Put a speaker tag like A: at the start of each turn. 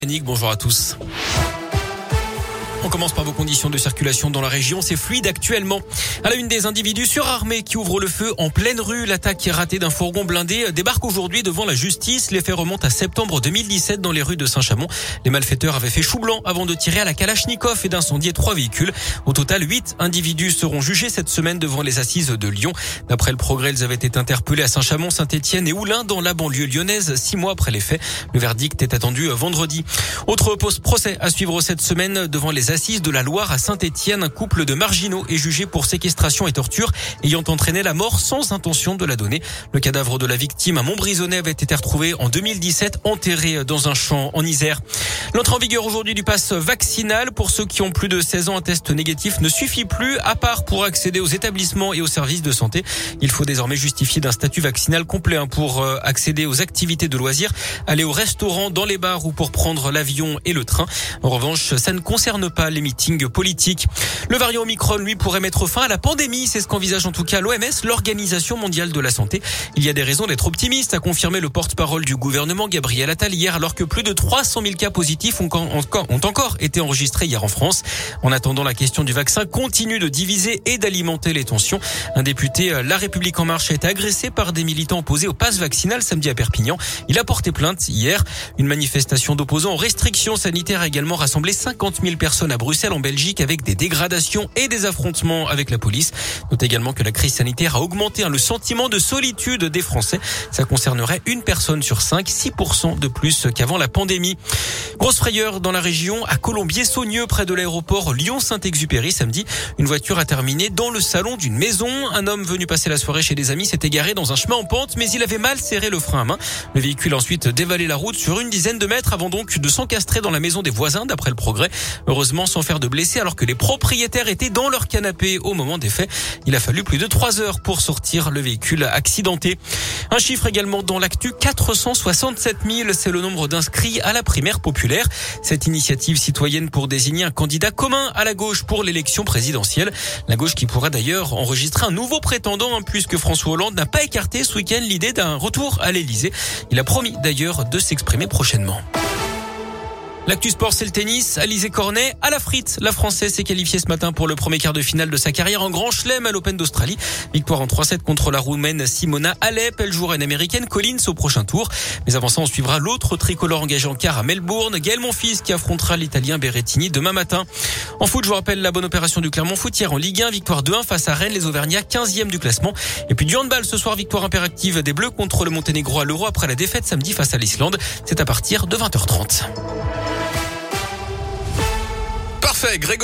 A: Yannick, bonjour à tous. On commence par vos conditions de circulation dans la région. C'est fluide actuellement. À la une, des individus surarmés qui ouvrent le feu en pleine rue. L'attaque ratée d'un fourgon blindé débarque aujourd'hui devant la justice. Les faits remontent à septembre 2017 dans les rues de Saint-Chamond. Les malfaiteurs avaient fait chou blanc avant de tirer à la Kalachnikov et d'incendier 3 véhicules. Au total, 8 individus seront jugés cette semaine devant les assises de Lyon. D'après le Progrès, ils avaient été interpellés à Saint-Chamond, Saint-Étienne et Oulin dans la banlieue lyonnaise 6 mois après les faits. Le verdict est attendu vendredi. Autre procès à suivre cette semaine devant les assises de la Loire à Saint-Étienne. Un couple de marginaux est jugé pour séquestration et torture ayant entraîné la mort sans intention de la donner. Le cadavre de la victime à Montbrisonnais avait été retrouvé en 2017 enterré dans un champ en Isère. L'entrée en vigueur aujourd'hui du pass vaccinal pour ceux qui ont plus de 16 ans, un test négatif ne suffit plus, à part pour accéder aux établissements et aux services de santé. Il faut désormais justifier d'un statut vaccinal complet pour accéder aux activités de loisirs, aller au restaurant, dans les bars ou pour prendre l'avion et le train. En revanche, ça ne concerne pas les meetings politiques. Le variant Omicron, lui, pourrait mettre fin à la pandémie. C'est ce qu'envisage en tout cas l'OMS, l'Organisation mondiale de la santé. Il y a des raisons d'être optimiste, a confirmé le porte-parole du gouvernement, Gabriel Attal, hier, alors que plus de 300 000 cas positifs ont encore été enregistrés hier en France. En attendant, la question du vaccin continue de diviser et d'alimenter les tensions. Un député La République En Marche a été agressé par des militants opposés au pass vaccinal samedi à Perpignan. Il a porté plainte hier. Une manifestation d'opposants aux restrictions sanitaires a également rassemblé 50 000 personnes à Bruxelles, en Belgique, avec des dégradations et des affrontements avec la police. Notez également que la crise sanitaire a augmenté le sentiment de solitude des Français. Ça concernerait une personne sur 5, 6% de plus qu'avant la pandémie. Grosse frayeur dans la région, à Colombier-Saunieux, près de l'aéroport Lyon-Saint-Exupéry samedi. Une voiture a terminé dans le salon d'une maison. Un homme venu passer la soirée chez des amis s'est égaré dans un chemin en pente, mais il avait mal serré le frein à main. Le véhicule a ensuite dévalé la route sur une dizaine de mètres avant donc de s'encastrer dans la maison des voisins, d'après le Progrès. Heureusement, sans faire de blessés, alors que les propriétaires étaient dans leur canapé au moment des faits. Il a fallu plus de 3 heures pour sortir le véhicule accidenté. Un chiffre également dans l'actu, 467 000, c'est le nombre d'inscrits à la primaire populaire. Cette initiative citoyenne pour désigner un candidat commun à la gauche pour l'élection présidentielle. La gauche qui pourra d'ailleurs enregistrer un nouveau prétendant, puisque François Hollande n'a pas écarté ce week-end l'idée d'un retour à l'Élysée. Il a promis d'ailleurs de s'exprimer prochainement. L'actu sport, c'est le tennis. Alizé Cornet à la frite. La Française s'est qualifiée ce matin pour le premier quart de finale de sa carrière en Grand Chelem à l'Open d'Australie. Victoire en 3-7 contre la Roumaine Simona Halep. Elle jouera une Américaine Collins au prochain tour. Mais avant ça, on suivra l'autre tricolore engagé en quart à Melbourne, Gaël Monfils, qui affrontera l'Italien Berrettini demain matin. En foot, je vous rappelle la bonne opération du Clermont Foot hier en Ligue 1. Victoire 2-1 face à Rennes, les Auvergnats 15e du classement. Et puis du handball ce soir, victoire impérative des Bleus contre le Monténégro à l'Euro après la défaite samedi face à l'Islande. C'est à partir de 20h30.
B: Parfait, Grégory.